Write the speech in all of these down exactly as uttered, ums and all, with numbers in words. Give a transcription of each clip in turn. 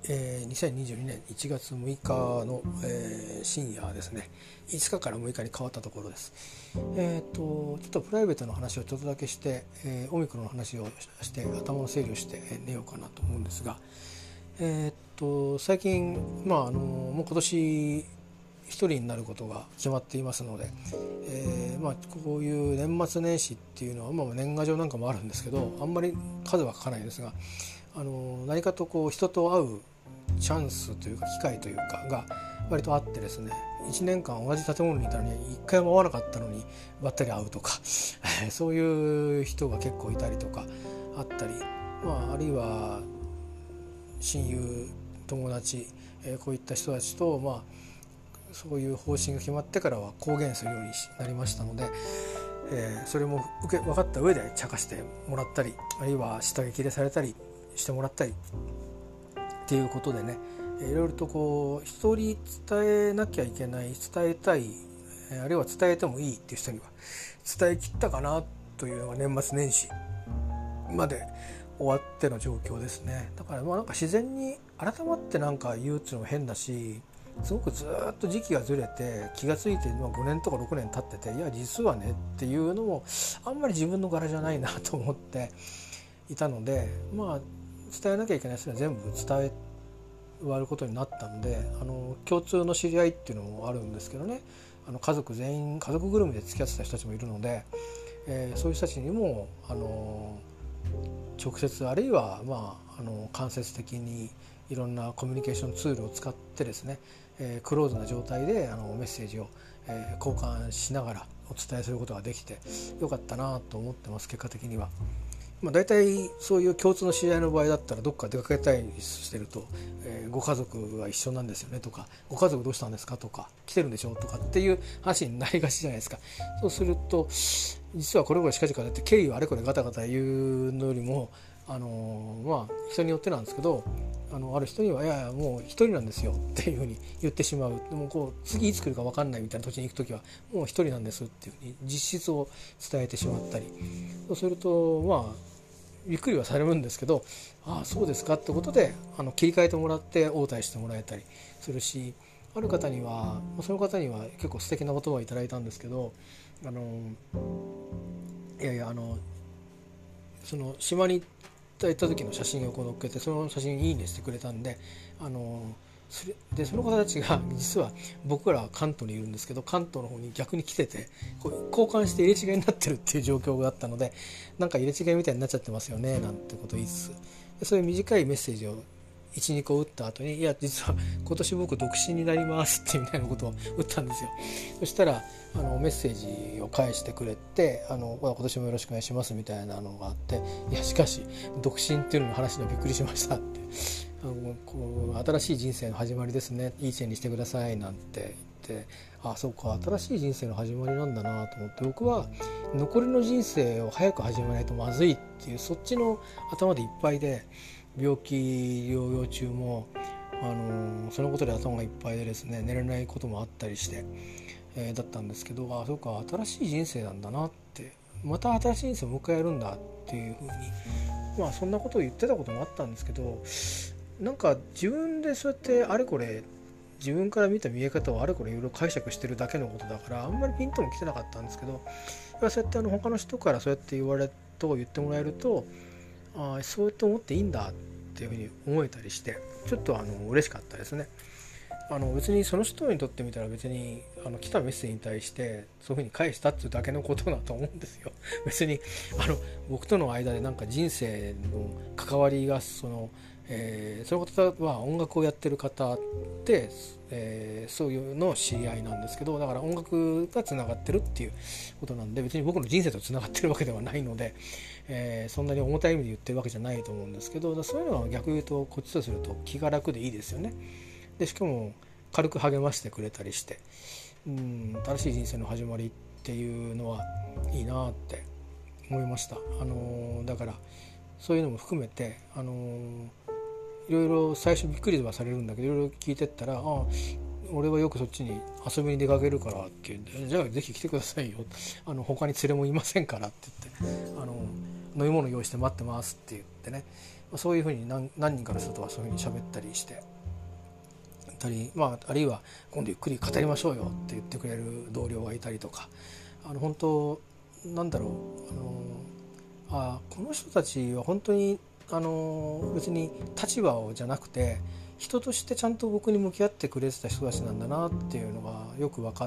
えー、にせんにじゅうにねんいちがつむいかの、えー、深夜ですね。いつかからむいかに変わったところです。えー、とちょっとプライベートの話をちょっとだけして、えー、オミクロンの話をして頭の整理をして寝ようかなと思うんですが、えー、と最近、まあ、あのもう今年一人になることが決まっていますので、えーまあ、こういう年末年始っていうのは、まあ、年賀状なんかもあるんですけど、あんまり数は書かないですが、あの何かとこう人と会うチャンスというか機会というかが割とあってですね、いちねんかん同じ建物にいたのにいっかいも会わなかったのにばったり会うとかそういう人が結構いたりとかあったり、まあ、あるいは親友友達、えー、こういった人たちと、まあ、そういう方針が決まってからは公言するようになりましたので、えー、それも受け分かった上で茶化してもらったり、あるいは下激励されたりしてもらったりっていうことでね、いろいろとこう人に伝えなきゃいけない、伝えたい、あるいは伝えてもいいっていう人には伝えきったかなというのが年末年始まで終わっての状況ですね。だからまあなんか自然に改まってなんか言うっていうのも変だし、すごくずっと時期がずれて気がついてごねんとかろくねん経ってて、いや実はねっていうのもあんまり自分の柄じゃないなと思っていたので、まあ伝えなきゃいけない人は全部伝え終わることになったので、あの共通の知り合いっていうのもあるんですけどね、あの家族全員家族ぐるみで付き合ってた人たちもいるので、えー、そういう人たちにもあの直接あるいは、まあ、あの間接的にいろんなコミュニケーションツールを使ってですね、えー、クローズな状態であのメッセージを、えー、交換しながらお伝えすることができてよかったなと思ってます。結果的にはまあ、大体そういう共通の知り合いの場合だったらどっか出かけたりしてると、えー、ご家族が一緒なんですよねとか、ご家族どうしたんですかとか、来てるんでしょとかっていう話になりがちじゃないですか。そうすると実はこれぐらい近々だって経緯をあれこれガタガタ言うのよりも、あのー、まあ人によってなんですけど、あのある人にはいやいやもう一人なんですよっていうふうに言ってしまう。でもこう次いつ来るか分かんないみたいな土地に行くときはもう一人なんですっていうふうに実質を伝えてしまったり、そうするとまあびっくりはされるんですけど、ああそうですかってことであの切り替えてもらって応対してもらえたりするし、ある方にはその方には結構素敵な言葉をいただいたんですけど、あのいやいやあのその島に行った時の写真をこう載っけて、その写真いいねしてくれたんで、あのそれでその方たちが実は僕らは関東にいるんですけど、関東の方に逆に来ててこう交換して入れ違いになってるっていう状況があったので、なんか入れ違いみたいになっちゃってますよねなんてことを言いつつ、そういう短いメッセージをいち、にこ打った後に、いや実は今年僕独身になりますってみたいなことを打ったんですよ。そしたらあのメッセージを返してくれて、あの今年もよろしくお願いしますみたいなのがあって、いやしかし独身っていうのの話にはびっくりしましたって、あのこう新しい人生の始まりですね、いい線にしてくださいなんて言って、あそうか新しい人生の始まりなんだなと思って、僕は残りの人生を早く始めないとまずいっていうそっちの頭でいっぱいで、病気療養中もあのそのことで頭がいっぱいでですね、寝れないこともあったりして、えー、だったんですけど、あそうか新しい人生なんだなって、また新しい人生を迎えるんだっていうふうに、まあそんなことを言ってたこともあったんですけど、なんか自分でそうやってあれこれ自分から見た見え方をあれこれいろいろ解釈してるだけのことだからあんまりピンとも来てなかったんですけど、そうやってあの他の人からそうやって言われと言ってもらえると、あそうやって思っていいんだっていうふうに思えたりして、ちょっとあの嬉しかったですね。あの別にその人にとってみたら別にあの来たメッセージに対してそういうふうに返したっていうだけのことだと思うんですよ。別にあの僕との間でなんか人生の関わりがその、えー、その方は音楽をやってる方で、えー、そういうの知り合いなんですけど、だから音楽がつながってるっていうことなんで、別に僕の人生とつながってるわけではないので、えー、そんなに重たい意味で言ってるわけじゃないと思うんですけど、そういうのは逆に言うとこっちとすると気が楽でいいですよね。でしかも軽く励ましてくれたりして、うん、新しい人生の始まりっていうのはいいなって思いました。あのだからそういうのも含めて、あのいろいろ最初びっくりはされるんだけど、いろいろ聞いてったら、あ俺はよくそっちに遊びに出かけるからって言うんで、じゃあぜひ来てくださいよ、あの他に連れもいませんからって言って、あの飲み物用意して待ってますって言ってね、 そういうふうに 何, 何人かの人とはそういうふうに喋ったりしてたり、まあ、あるいは今度ゆっくり語りましょうよって言ってくれる同僚がいたりとか、あの本当なんだろう、あのあこの人たちは本当にあの別に立場をじゃなくて人としてちゃんと僕に向き合ってくれてた人たちなんだなっていうのがよく分かって、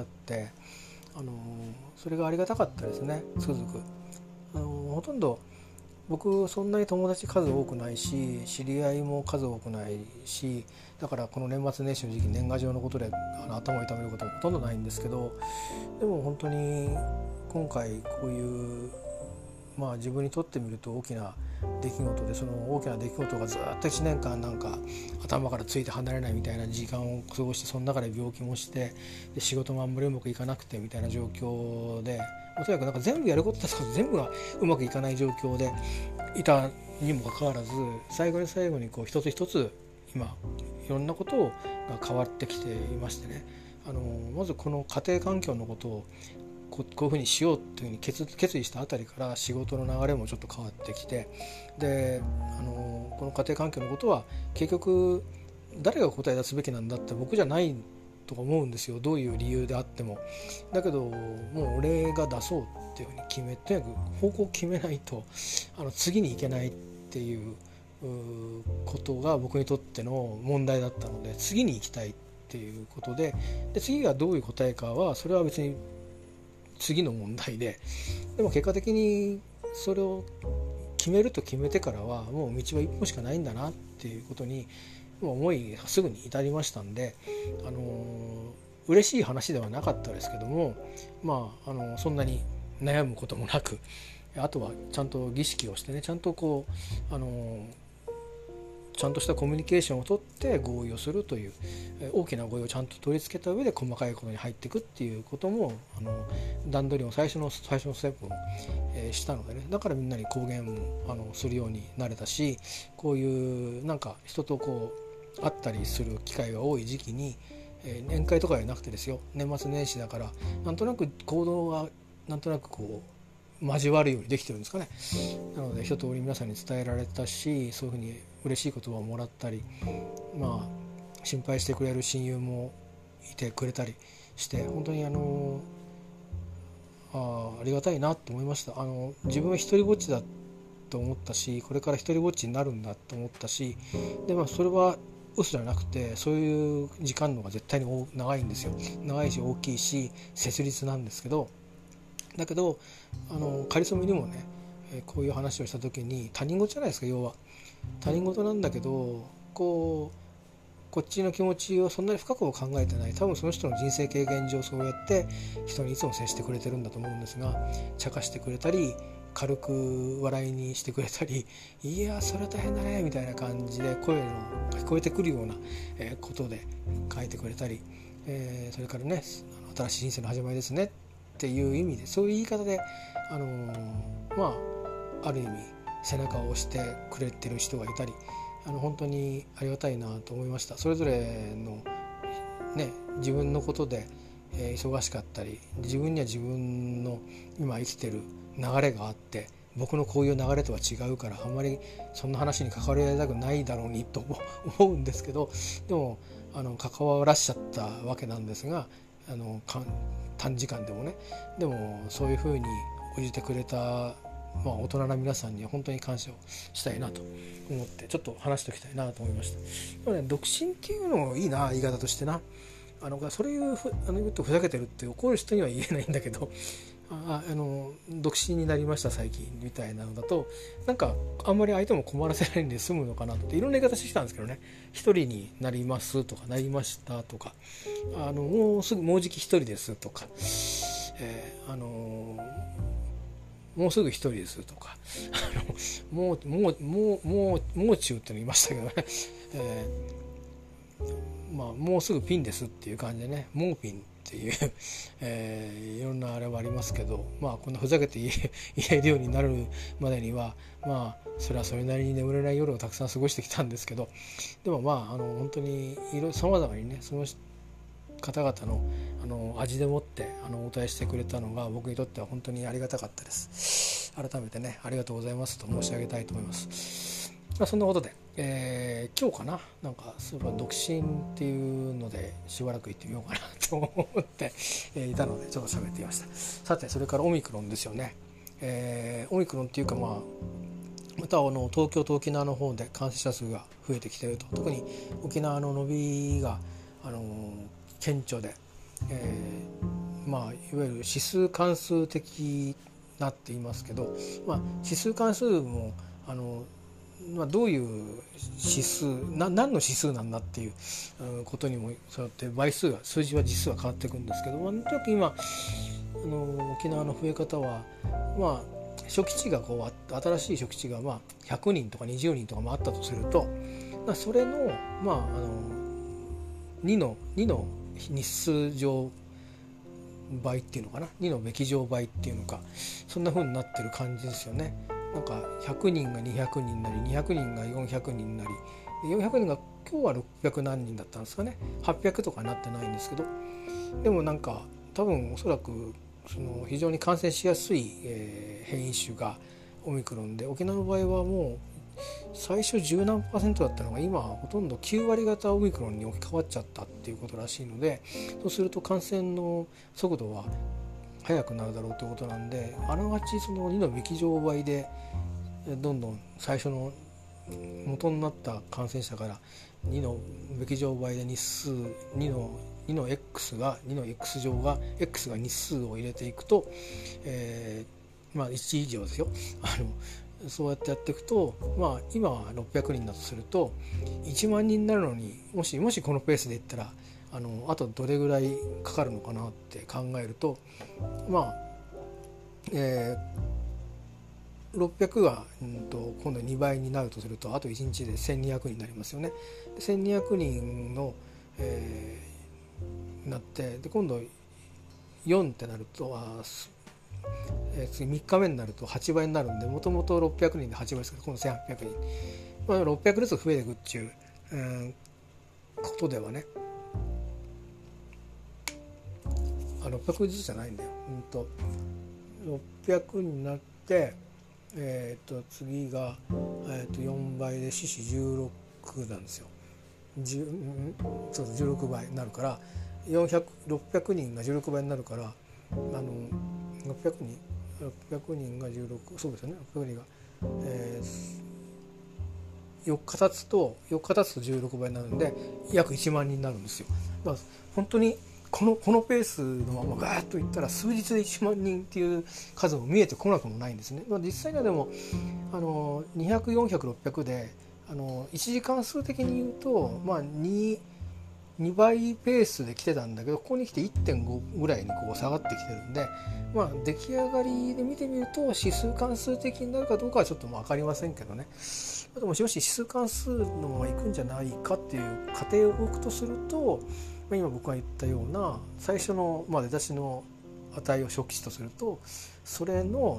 あのそれがありがたかったですね。つくづくあのほとんど僕そんなに友達数多くないし知り合いも数多くないし、だからこの年末年始の時期年賀状のことであの頭を痛めることもほとんどないんですけど、でも本当に今回こういう、まあ自分にとってみると大きな出来事で、その大きな出来事がずっといちねんかんなんか頭からついて離れないみたいな時間を過ごして、その中で病気もして、で仕事もあんまりうまくいかなくてみたいな状況で、とにかくなんか全部やることだと全部がうまくいかない状況でいたにもかかわらず、最後に最後にこう一つ一つ今いろんなことが変わってきていましてね、あのまずこの家庭環境のことをこういうふうにしようというふうに 決, 決意したあたりから仕事の流れもちょっと変わってきて、であのこの家庭環境のことは結局誰が答え出すべきなんだって僕じゃないと思うんですよ、どういう理由であっても。だけどもう俺が出そうっていうふうに決めて、方向を決めないとあの次に行けないっていうことが僕にとっての問題だったので、次に行きたいっていうことで、で次がどういう答えかはそれは別に次の問題で、でも結果的にそれを決めると決めてからはもう道は一歩しかないんだなっていうことに思いすぐに至りましたんで、あの嬉しい話ではなかったですけども、まあ、あのそんなに悩むこともなく、あとはちゃんと儀式をしてね、ちゃんとこうあのちゃんとしたコミュニケーションをとって合意をするという、大きな合意をちゃんと取り付けた上で細かいことに入っていくっていうことも、あの段取りを最初の最初のステップも、えー、したのでね、だからみんなに公言もあのするようになれたし、こういうなんか人とこう会ったりする機会が多い時期に、えー、年会とかじゃなくてですよ、年末年始だからなんとなく行動がなんとなくこう交わるようにできてるんですかね。なので一通り皆さんに伝えられたし、そういうふうに嬉しい言葉をもらったり、まあ心配してくれる親友もいてくれたりして、本当にあの あ, ありがたいなと思いました。あの自分は一人ぼっちだと思ったし、これから一人ぼっちになるんだと思ったし、で、まあ、それは嘘じゃなくて、そういう時間の方が絶対に長いんですよ。長いし大きいし切実なんですけど、だけどあのかりそめにもね、こういう話をした時に他人事じゃないですか。要は他人事なんだけど、こうこっちの気持ちをそんなに深くも考えてない、多分その人の人生経験上そうやって人にいつも接してくれてるんだと思うんですが、茶化してくれたり軽く笑いにしてくれたり、いやそれは大変だねみたいな感じで声の聞こえてくるようなことで書いてくれたり、えー、それからね、新しい人生の始まりですねっていう意味で、そういう言い方で、あのー、まあある意味背中を押してくれてる人がいたり、あの本当にありがたいなと思いました。それぞれのね、自分のことで、えー、忙しかったり、自分には自分の今生きてる流れがあって、僕のこういう流れとは違うからあんまりそんな話に関わりたくないだろうにと思うんですけど、でもあの関わらしちゃったわけなんですが、あの短時間でもね、でもそういうふうに応じてくれた、まあ、大人な皆さんには本当に感謝をしたいなと思って、ちょっと話しておきたいなと思いました。でもね、独身っていうのもいいな、言い方としてな。あのそれ言うふあの言うとふざけてるって怒る人には言えないんだけど、ああの独身になりました最近みたいなのだと、なんかあんまり相手も困らせないんで済むのかなっていろんな言い方してきたんですけどね。一人になりますとかなりましたとか、あのもうすぐもうじき一人ですとか、えー、あのもうすぐ一人ですとか、あのもうもうもうもうもう中っての言いましたけどね、えー、まあもうすぐピンですっていう感じでね、もうピンっていう、えー、いろんなあれはありますけど、まあこんなふざけて言え、言えるようになるまでには、まあそれはそれなりに眠れない夜をたくさん過ごしてきたんですけど、でもまああの本当にいろさまざまにね、その方々のあの味でもってあのお答えしてくれたのが僕にとっては本当にありがたかったです。改めてね、ありがとうございますと申し上げたいと思います。 まあ、そんなことで、えー、今日かな、なんかそういえば独身っていうのでしばらく行ってみようかなと思っていたのでちょっと喋ってみました。さて、それからオミクロンですよね。えー、オミクロンっていうか、まあまたあの東京と沖縄の方で感染者数が増えてきていると。特に沖縄の伸びがあの顕著で、えーまあ、いわゆる指数関数的なって言いますけど、まあ、指数関数もあの、まあ、どういう指数な何の指数なんだっていうことにもそうやって倍数が数字は実は変わっていくんですけど、まあ、とにかく今あの沖縄の増え方はまあ初期値がこう新しい初期値がまあひゃくにんとかにじゅうにんとかもあったとすると、それのまああのにのにの日数上倍っていうのかな、にのべき乗倍っていうのか、そんな風になってる感じですよね。なんかひゃくにんがにひゃくにんなりにひゃくにんがよんひゃくにんなり、よんひゃくにんが今日はろっぴゃく何人だったんですかね。はっぴゃくとかなってないんですけど、でもなんか多分おそらくその非常に感染しやすい、えー、変異種がオミクロンで、沖縄の場合はもう最初じゅうなんパーセントだったのが今ほとんどきゅうわり型オミクロンに置き換わっちゃったっていうことらしいので、そうすると感染の速度は速くなるだろうということなんで、あながちそのにのべき乗倍でどんどん最初の元になった感染者からにのべき乗倍で日数2のにの X がにの X 乗が X が日数を入れていくと、えー、まあいち以上ですよ。あのそうやってやっていくと、まあ今はろっぴゃくにんだとするといちまんにんになるのに、もしもしこのペースでいったらあのあとどれぐらいかかるのかなって考えると、まあ、えー、ろっぴゃくが、うん、と今度にばいになるとするとあといちにちでせんにひゃくにんになりますよね。せんにひゃくにんの、えーなって、で今度よんってなるとあ、えー、次みっかめになるとはちばいになるんで、もともとろっぴゃくにんではちばいですけど今度せんはっぴゃくにん、まあ、ろっぴゃくずつ増えていくっていう、うん、ことではね、あろっぴゃくずつじゃないんだよ、うん、とろっぴゃくになって、えー、と次が、えー、とよんばいで四四じゅうろくなんですよ。じゅう、そうじゅうろくばいになるからよんひゃく、ろっぴゃくにんがじゅうろくばいになるから、あのろっぴゃくにんろっぴゃくにんがじゅうろく、そうですよね、ろっぴゃくにんが、えー、よっか経つとよっか経つとじゅうろくばいになるんで約いちまんにんになるんですよ。だから本当にこのこのペースのままガーッといったら数日でいちまんにんっていう数も見えてこなくもないんですね。まあ、実際にはでもあのにひゃく、よんひゃく、ろっぴゃくであのいちじかん数的に言うと、まあ、2, 2倍ペースで来てたんだけど、ここに来て いってんご ぐらいにこう下がってきてるんで、まあ、出来上がりで見てみると指数関数的になるかどうかはちょっと分かりませんけどね。でもしもし指数関数のままいくんじゃないかっていう仮定を置くとすると、今僕が言ったような最初の、まあ、出だしの値を初期値とすると、それの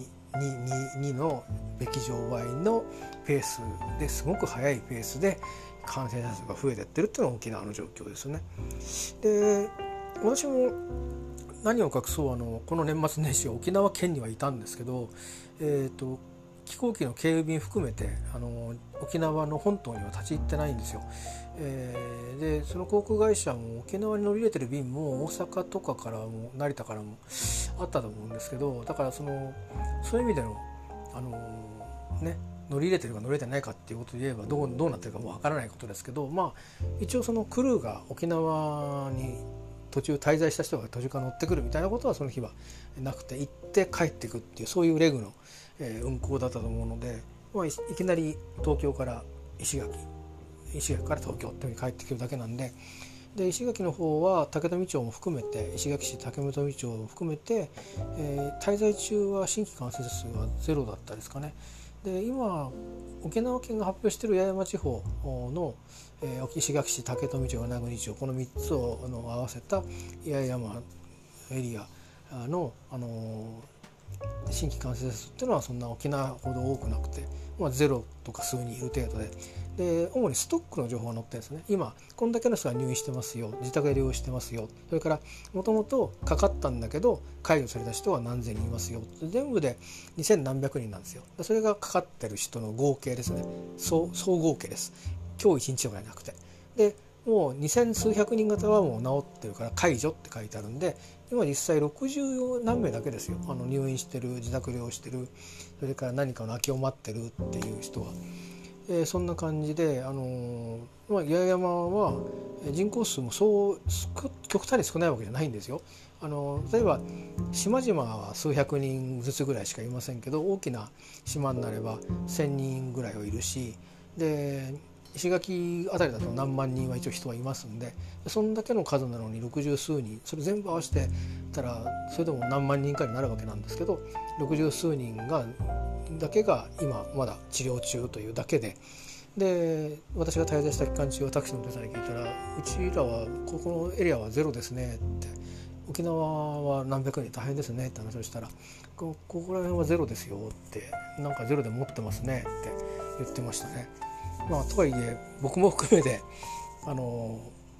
2, 2, 2のべき乗倍のペースですごく速いペースで感染者数が増えていってるっていうのが沖縄の状況ですよね。で、私も何を隠そう、あのこの年末年始は沖縄県にはいたんですけど、えーと飛行機の経由便含めてあの沖縄の本島には立ち入ってないんですよ。えー、でその航空会社も沖縄に乗り入れてる便も大阪とかからも成田からもあったと思うんですけど、だからそのそういう意味でのあの、ね、乗り入れてるか乗り入れてないかっていうことで言えばどう、どうなってるかもわからないことですけど、まあ一応そのクルーが沖縄に途中滞在した人が途中から乗ってくるみたいなことはその日はなくて、行って帰ってくっていうそういうレグの、えー、運航だったと思うので、まあ、い, いきなり東京から石垣石垣から東京っていう風に帰ってくるだけなんで、で石垣の方は竹富町も含めて石垣市竹富町も含めて、えー、滞在中は新規感染者数はゼロだったですかね。で今沖縄県が発表している八重山地方の、えー、石垣市竹富町与那国町このみっつをあの合わせた八重山エリアの、あのー新規感染者数っていうのはそんな沖縄ほど多くなくて、まあ、ゼロとか数人いる程度で、 で主にストックの情報が載ってるんですね。今こんだけの人が入院してますよ、自宅で療養してますよ、それからもともとかかったんだけど解除された人は何千人いますよ、全部でにせんなんびゃくにんなんですよ。それがかかってる人の合計ですね。総総合計です。今日いちにちとかじゃなくて、でもうにせん数百人方はもう治ってるから解除って書いてあるんで、今実際ろくじゅうなんめいだけですよ。あの入院してる、自宅療養してる、それから何かの空きを待ってるっていう人は。えー、そんな感じで、あのーまあ、八重山は人口数もそう極端に少ないわけじゃないんですよ。あのー、例えば島々は数百人ずつぐらいしかいませんけど、大きな島になればせんにんぐらいはいるし、で石垣あたりだと何万人は一応人はいますんで、そんだけの数なのにろくじゅうすうにん、それ全部合わせてたらそれでも何万人かになるわけなんですけど、ろくじゅうすうにんがだけが今まだ治療中というだけで、で私が滞在した期間中はタクシーの運転手さんに聞いたら、うちらはここのエリアはゼロですねって、沖縄は何百人大変ですねって話をしたら、こここら辺はゼロですよって、なんかゼロで持ってますねって言ってましたね。まあ、とはいえ僕も含めてあの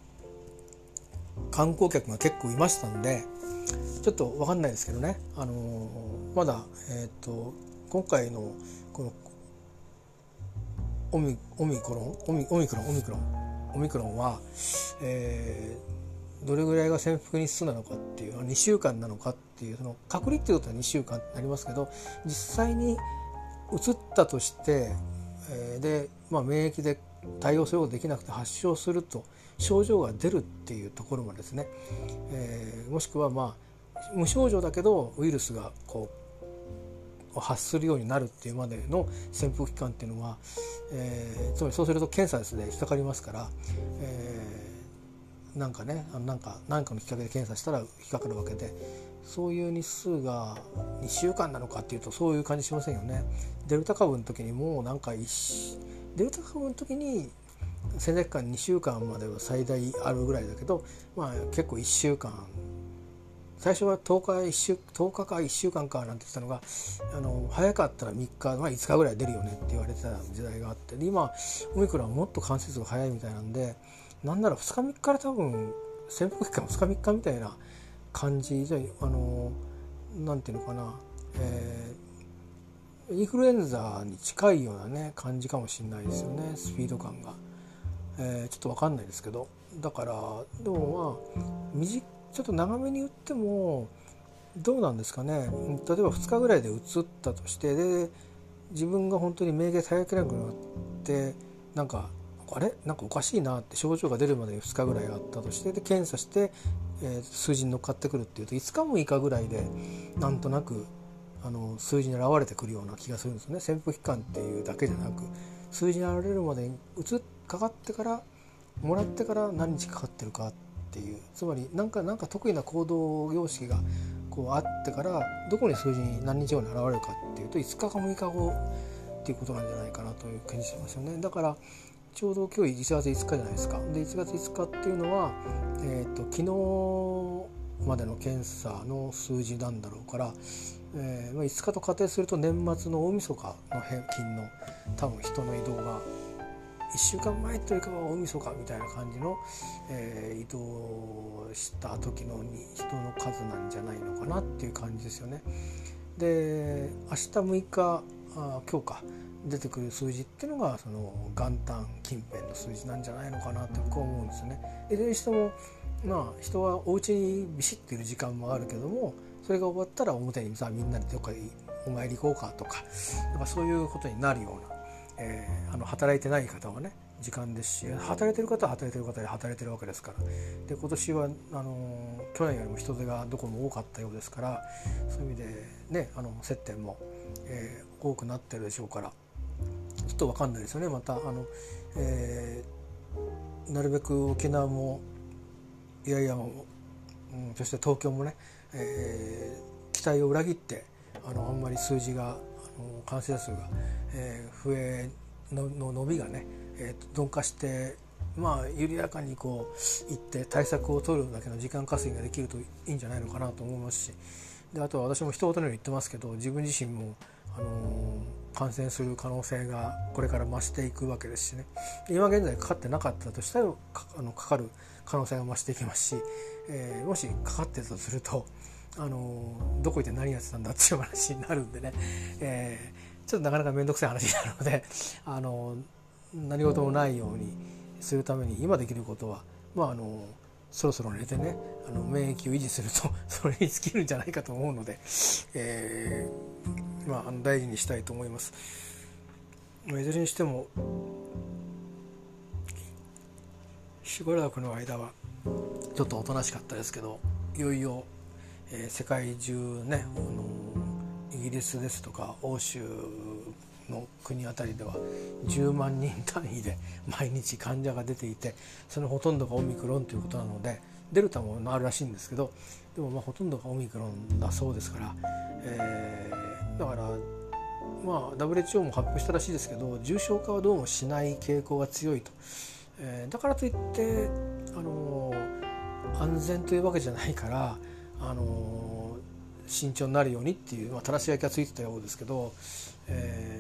観光客が結構いましたんで、ちょっと分かんないですけどね、あのまだ、えー、と今回のこのオミ、オミクロンオミ、オミクロンオミクロンオミクロンは、えー、どれぐらいが潜伏日数なのかっていう、にしゅうかんなのかっていう、その隔離っていうことはにしゅうかんになりますけど、実際に移ったとして、えー、で、まあ、免疫で対応することができなくて発症すると症状が出るっていうところまでですね、えー、もしくはまあ無症状だけどウイルスがこう発するようになるっていうまでの潜伏期間っていうのは、えー、つまりそうすると検査ですね引っかかりますから、えー、なんかねなんか何かのきっかけで検査したら引っかかるわけで、そういう日数がにしゅうかんなのかっていうとそういう感じしませんよね。デルタ株の時にもなんかデルタ株の時に潜在期間にしゅうかんまでは最大あるぐらいだけど、まあ結構いっしゅうかん、最初はとおか、いっしゅう、とおかかいっしゅうかんかなんて言ってたのが、あの早かったらみっか、まあ、いつかぐらい出るよねって言われてた時代があって、で今オミクロンはもっと感染数が早いみたいなんで、なんならふつかみっかから多分潜伏期間ふつかみっかみたいな感じで、あのなんていうのかな、えー、インフルエンザに近いようなね感じかもしれないですよね、スピード感が、えー、ちょっと分かんないですけど、だからでもまあ短ちょっと長めに言ってもどうなんですかね。例えばふつかぐらいでうつったとして、で自分が本当に免疫が耐えきれなくなって、なんかあれなんかおかしいなって症状が出るまでにふつかぐらいあったとして、で検査して、えー、数字に乗っかってくるっていうといつかもいかぐらいでなんとなくあの数字に現れてくるような気がするんですよね。潜伏期間っていうだけじゃなく、数字に現れるまでにうつかかってからもらってから何日かかってるかっていう、つまり何かなんか得意な行動様式がこうあってからどこに数字に何日後に現れるかっていうといつかかむいかごっていうことなんじゃないかなという感じしますよね。だからちょうど今日いちがついつかじゃないですか。でいちがついつかっていうのは、えー、と昨日までの検査の数字なんだろうから、えー、いつかと仮定すると年末の大晦日の平均の多分人の移動がいっしゅうかんまえというか大晦日みたいな感じの、えー、移動した時の人の数なんじゃないのかなっていう感じですよね。で明日むいかあ今日か出てくる数字っていうのがその元旦近辺の数字なんじゃないのかなって僕は思うんですよね。いずれにしてもまあ人はお家にビシッといる時間もあるけども、それが終わったら表にさみんなでどっかでお参り行こうかとか、なんかそういうことになるような、えー、あの働いてない方はね時間ですし、働いてる方は働いてる方で働いてるわけですから、で今年はあの去年よりも人手がどこも多かったようですから、そういう意味でねあの接点も、えー、多くなってるでしょうから、ちょっと分かんないですよね。またあの、えー、なるべく沖縄も八重山も、うん、そして東京もね、えー、期待を裏切ってあのあんまり数字があの感染者数が、えー、増えの, の伸びがね、えー、鈍化して、まあ緩やかにこういって対策を取るだけの時間稼ぎができるといいんじゃないのかなと思いますし、であとは私も一言のように言ってますけど、自分自身もあの感染する可能性がこれから増していくわけですしね。今現在かかってなかったとしたらかあのかかる可能性が増していきますし、えー、もしかかってたとするとあのどこ行って何やってたんだっていう話になるんでね、えー、ちょっとなかなか面倒くさい話になるのであの何事もないようにするために今できることは、まあ、あのそろそろ寝てねあの免疫を維持するとそれに尽きるんじゃないかと思うので、えーまあ、あの大事にしたいと思います。いずれにしてもしばらくの間はちょっとおとなしかったですけど、いよいよ、えー、世界中ね、あのイギリスですとか欧州の国あたりではじゅうまんにん単位で毎日患者が出ていて、そのほとんどがオミクロンということなので、デルタもあるらしいんですけど、でもまあほとんどがオミクロンだそうですから、えー、だからまあ ダブリューエイチオー も発表したらしいですけど、重症化はどうもしない傾向が強いと、えー、だからといってあのー、安全というわけじゃないから、あのー、慎重になるようにっていう、まあ、正し書きがついてたようですけど、え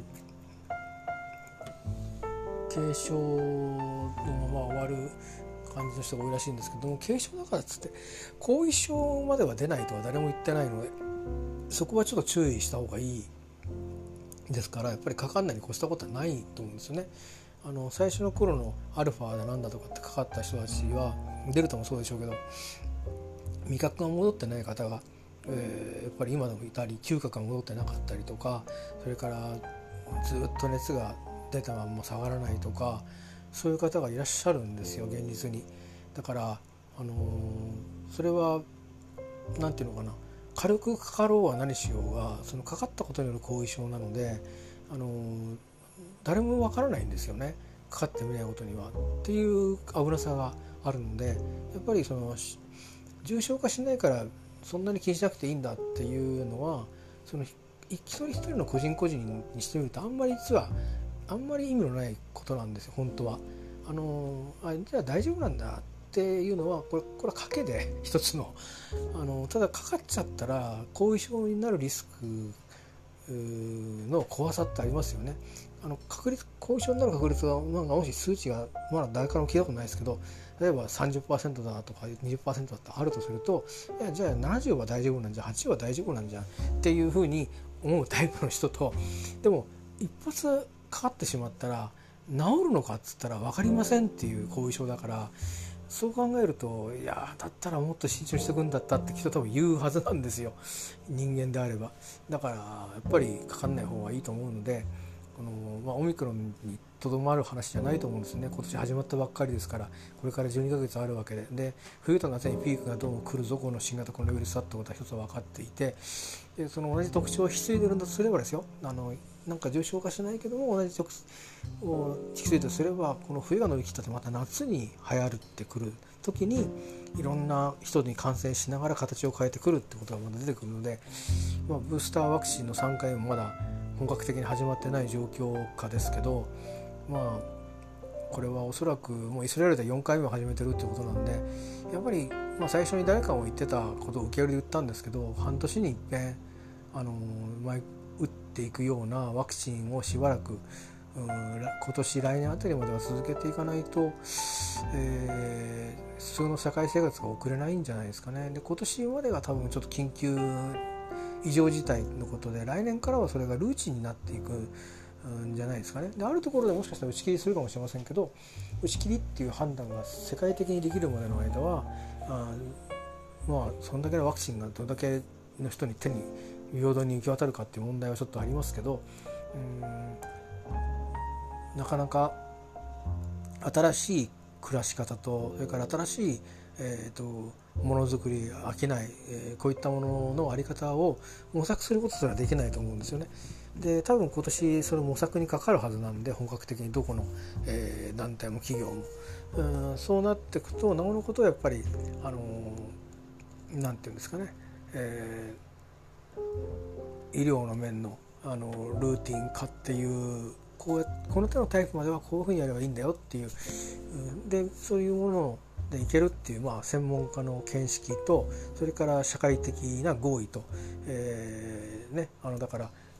ー、軽症のまま終わる感じの人が多いらしいんですけども、軽症だからっつって後遺症までは出ないとは誰も言ってないので、そこはちょっと注意した方がいいですから、やっぱりかかんないに越したことはないと思うんですよね。あの最初の頃のアルファだなんだとかってかかった人たちは、デルタもそうでしょうけど、味覚が戻ってない方が、えー、やっぱり今でもいたり、嗅覚が戻ってなかったりとか、それからずっと熱が出たまま下がらないとか、そういう方がいらっしゃるんですよ現実に。だから、あのー、それはなんていうのかな、軽くかかろうが何しようが、そのかかったことによる後遺症なので、あのー、誰もわからないんですよね、かかってみないことにはっていう危なさがあるので、やっぱりその重症化しないからそんなに気にしなくていいんだっていうのは、その一人一人の個人個人にしてみるとあんまり実はあんまり意味のないことなんですよ本当は。あのあじゃあ大丈夫なんだっていうのは、これこれは賭けで一つの、あのただかかっちゃったら後遺症になるリスクの怖さってありますよね。あの確率後遺症になる確率がなんかもし数値がまだ誰からも聞いたことないですけど、例えば さんじゅっパーセント だとか にじゅっパーセント だってあるとすると、いやじゃあななじゅうは大丈夫なんじゃん、はちじゅうは大丈夫なんじゃんっていうふうに思うタイプの人と、でも一発かかってしまったら治るのかっつったら分かりませんっていう後遺症だから、そう考えると、いやだったらもっと慎重にしておくんだったってきっと多分言うはずなんですよ、人間であれば。だからやっぱりかかんない方がいいと思うので、この、まあ、オミクロンにとどまる話じゃないと思うんですね。今年始まったばっかりですから、これからじゅうにかげつあるわけで、で冬と夏にピークがどうも来るぞ、この新型コロナウイルスだってことは一つ分かっていて、でその同じ特徴を引き継いでるんだとすればですよ、あのなんか重症化しないけども同じ特徴を引き継いでるとすれば、この冬が乗り切ったってまた夏に流行るってくる時にいろんな人に感染しながら形を変えてくるってことがまだ出てくるので、まあ、ブースターワクチンのさんかいもまだ本格的に始まってない状況下ですけど、まあこれはおそらくもうイスラエルでよんかいめを始めてるってことなんで、やっぱりまあ最初に誰かも言ってたことを受け売りで言ったんですけど、半年に一遍あの打っていくようなワクチンをしばらく、うん、今年来年あたりまでは続けていかないと、えー、普通の社会生活が送れないんじゃないですかね。で今年までが多分ちょっと緊急異常事態のことで、来年からはそれがルーチンになっていくんじゃないですかね。であるところでもしかしたら打ち切りするかもしれませんけど、打ち切りっていう判断が世界的にできるまでの間は、あまあそんだけのワクチンがどれだけの人に手に平等に行き渡るかっていう問題はちょっとありますけど、うーんなかなか新しい暮らし方と、それから新しい、えー、とものづくり、商い、えー、こういったものの在り方を模索することすらできないと思うんですよね。で多分今年その模索にかかるはずなんで、本格的にどこの、えー、団体も企業も、うんそうなっていくと、なおのことはやっぱりあのー、なんていうんですかね、えー、医療の面の、あのルーティン化っていう、こうこの手のタイプまではこういうふうにやればいいんだよっていう、でそういうものでいけるっていう、まあ、専門家の見識と、それから社会的な合意と、えーね、あのだから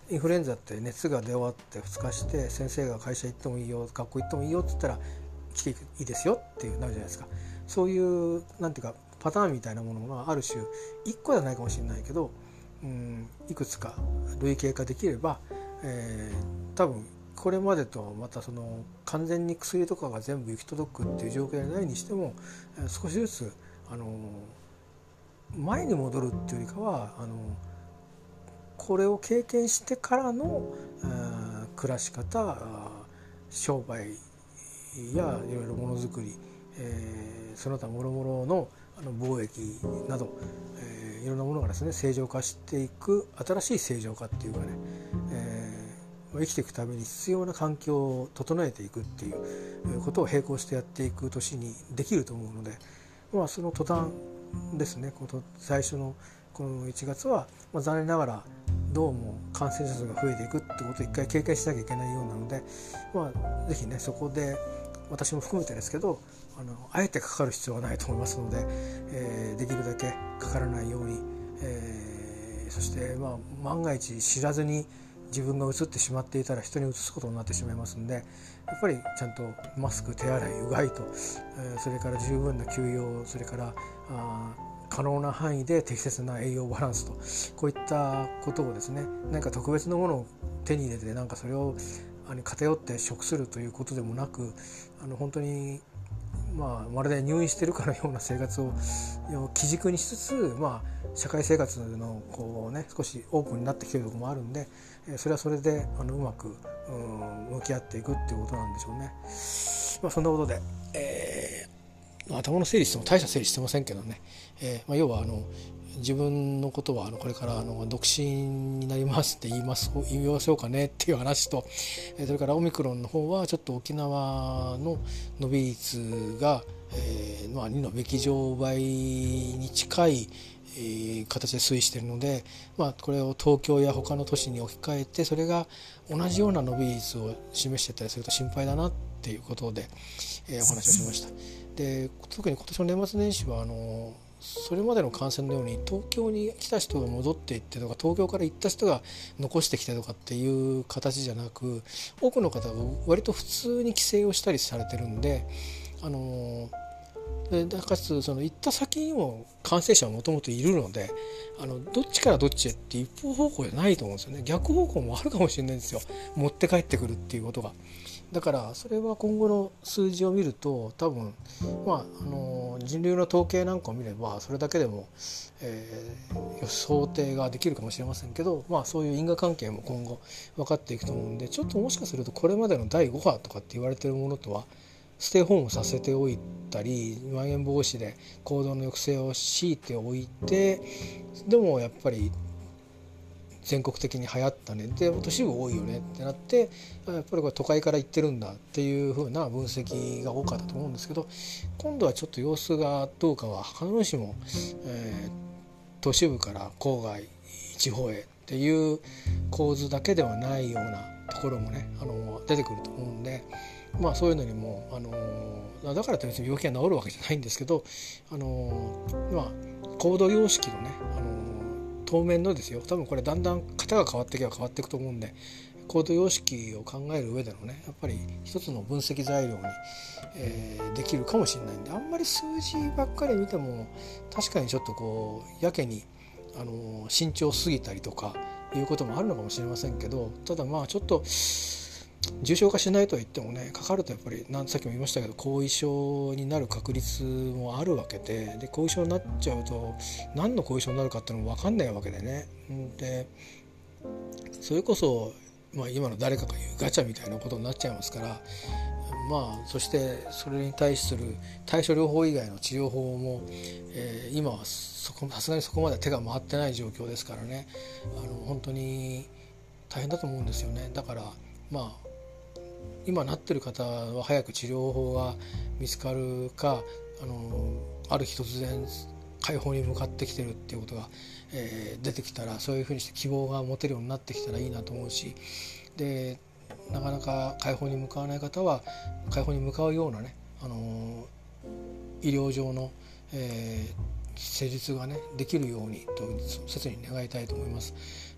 インフルエンザって熱が出終わってふつかして先生が会社行ってもいいよ学校行ってもいいよって言ったら来ていいですよっていうなるじゃないですか。そういうなんていうかパターンみたいなものがある種いっこではないかもしれないけど、うん、いくつか類型化できれば、えー、多分これまでとまたその完全に薬とかが全部行き届くっていう状況でないにしても少しずつあの前に戻るっていうよりかはあのこれを経験してからの暮らし方商売やいろいろものづくり、えー、その他もろもろのあの貿易など、えー、いろんなものがですね正常化していく新しい正常化っていうかね、えー、生きていくために必要な環境を整えていくっていうことを並行してやっていく年にできると思うので、まあ、その途端ですねこの最初のこのいちがつは、まあ、残念ながらどうも感染者数が増えていくってことを一回経験しなきゃいけないようなので、まあ、ぜひねそこで私も含めてですけどあのあえてかかる必要はないと思いますので、えー、できるだけかからないように、えー、そして、まあ、万が一知らずに自分がうつってしまっていたら人にうつすことになってしまいますので、やっぱりちゃんとマスク手洗いうがいと、えー、それから十分な休養、それからあ可能な範囲で適切な栄養バランスとこういったことをですね何か特別なものを手に入れてなんかそれをあの偏って食するということでもなくあの本当にまあ、まるで入院しているかのような生活を基軸にしつつ、まあ、社会生活のこう、ね、少しオープンになってきているところもあるんでそれはそれであのうまく、うん、向き合っていくっていうことなんでしょうね。まあ、そんなことで、えー、頭の整理しても大した整理してませんけどね、えーまあ、要はあの自分のことはあのこれからあの独身になりますって言います言いましょうかねっていう話と、それからオミクロンの方はちょっと沖縄の伸び率が、えーまあ、にのべき乗倍に近い、えー、形で推移しているので、まあ、これを東京や他の都市に置き換えてそれが同じような伸び率を示していたりすると心配だなっていうことで、えー、お話をしました。で特に今年の年末年始はあのそれまでの感染のように東京に来た人が戻っていってとか東京から行った人が残してきたとかっていう形じゃなく多くの方が割と普通に帰省をしたりされてるんで、あのでかつその行った先にも感染者はもともといるのであのどっちからどっちへって一方方向じゃないと思うんですよね。逆方向もあるかもしれないんですよ、持って帰ってくるっていうことが。だからそれは今後の数字を見ると多分、まあ、あの人流の統計なんかを見ればそれだけでも、えー、想定ができるかもしれませんけど、まあ、そういう因果関係も今後分かっていくと思うんでちょっともしかするとこれまでのだいご波とかって言われているものとはステイホームさせておいたりまん延防止で行動の抑制を強いておいてでもやっぱり全国的に流行ったねで都市部多いよねってなってやっぱりこれ都会から行ってるんだっていう風な分析が多かったと思うんですけど今度はちょっと様子がどうかは必ずしも、えー、都市部から郊外地方へっていう構図だけではないようなところもねあの出てくると思うんで、まあそういうのにもあのだからといって病気が治るわけじゃないんですけどあのまあ行動様式のねあの当面のですよ多分これだんだん型が変わっていけば変わっていくと思うんで行動様式を考える上でのねやっぱり一つの分析材料に、えー、できるかもしれないんであんまり数字ばっかり見ても確かにちょっとこうやけにあの慎重すぎたりとかいうこともあるのかもしれませんけどただまあちょっと重症化しないと言ってもねかかるとやっぱりさっきも言いましたけど後遺症になる確率もあるわけで、で後遺症になっちゃうと何の後遺症になるかっていうのも分かんないわけでね。でそれこそ、まあ、今の誰かが言うガチャみたいなことになっちゃいますから、まあそしてそれに対する対処療法以外の治療法も、えー、今はそこさすがにそこまで手が回ってない状況ですからねあの本当に大変だと思うんですよね。だからまあ今なってる方は早く治療法が見つかるか あのある日突然解放に向かってきてるっていうことが、えー、出てきたらそういうふうにして希望が持てるようになってきたらいいなと思うしでなかなか解放に向かわない方は解放に向かうようなね、あの医療上の、えー、施術がねできるようにと切に願いたいと思います。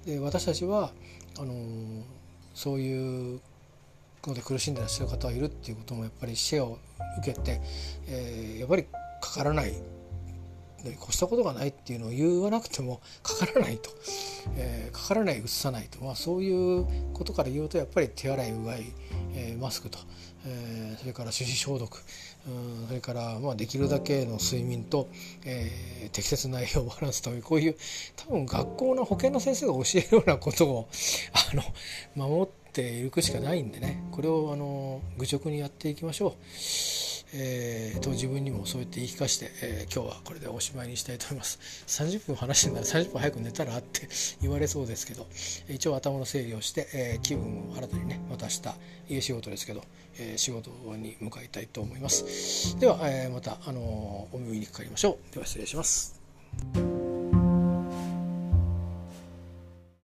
で私たちはあのそういうので苦しんでいらっしゃる方がいるっていうこともやっぱりシェアを受けて、えー、やっぱりかからない越したことがないっていうのを言わなくてもかからないと、えー、かからない、うつさないと、まあ、そういうことから言うとやっぱり手洗いうがい、えー、マスクと、えー、それから手指消毒、うん、それからまあできるだけの睡眠と、えー、適切な栄養バランスという、こういう多分学校の保健の先生が教えるようなことをあの守っていくしかないんでね、これをあの愚直にやっていきましょう。えー、と自分にもそうやって言い聞かせて、えー、今日はこれでおしまいにしたいと思います。さんじゅっぷん話してんならさんじゅっぷん早く寝たらって言われそうですけど、一応頭の整理をして、えー、気分を新たにね、また明日家仕事ですけど、えー、仕事に向かいたいと思います。では、えー、また、あのー、お耳にかかりましょう。では失礼します。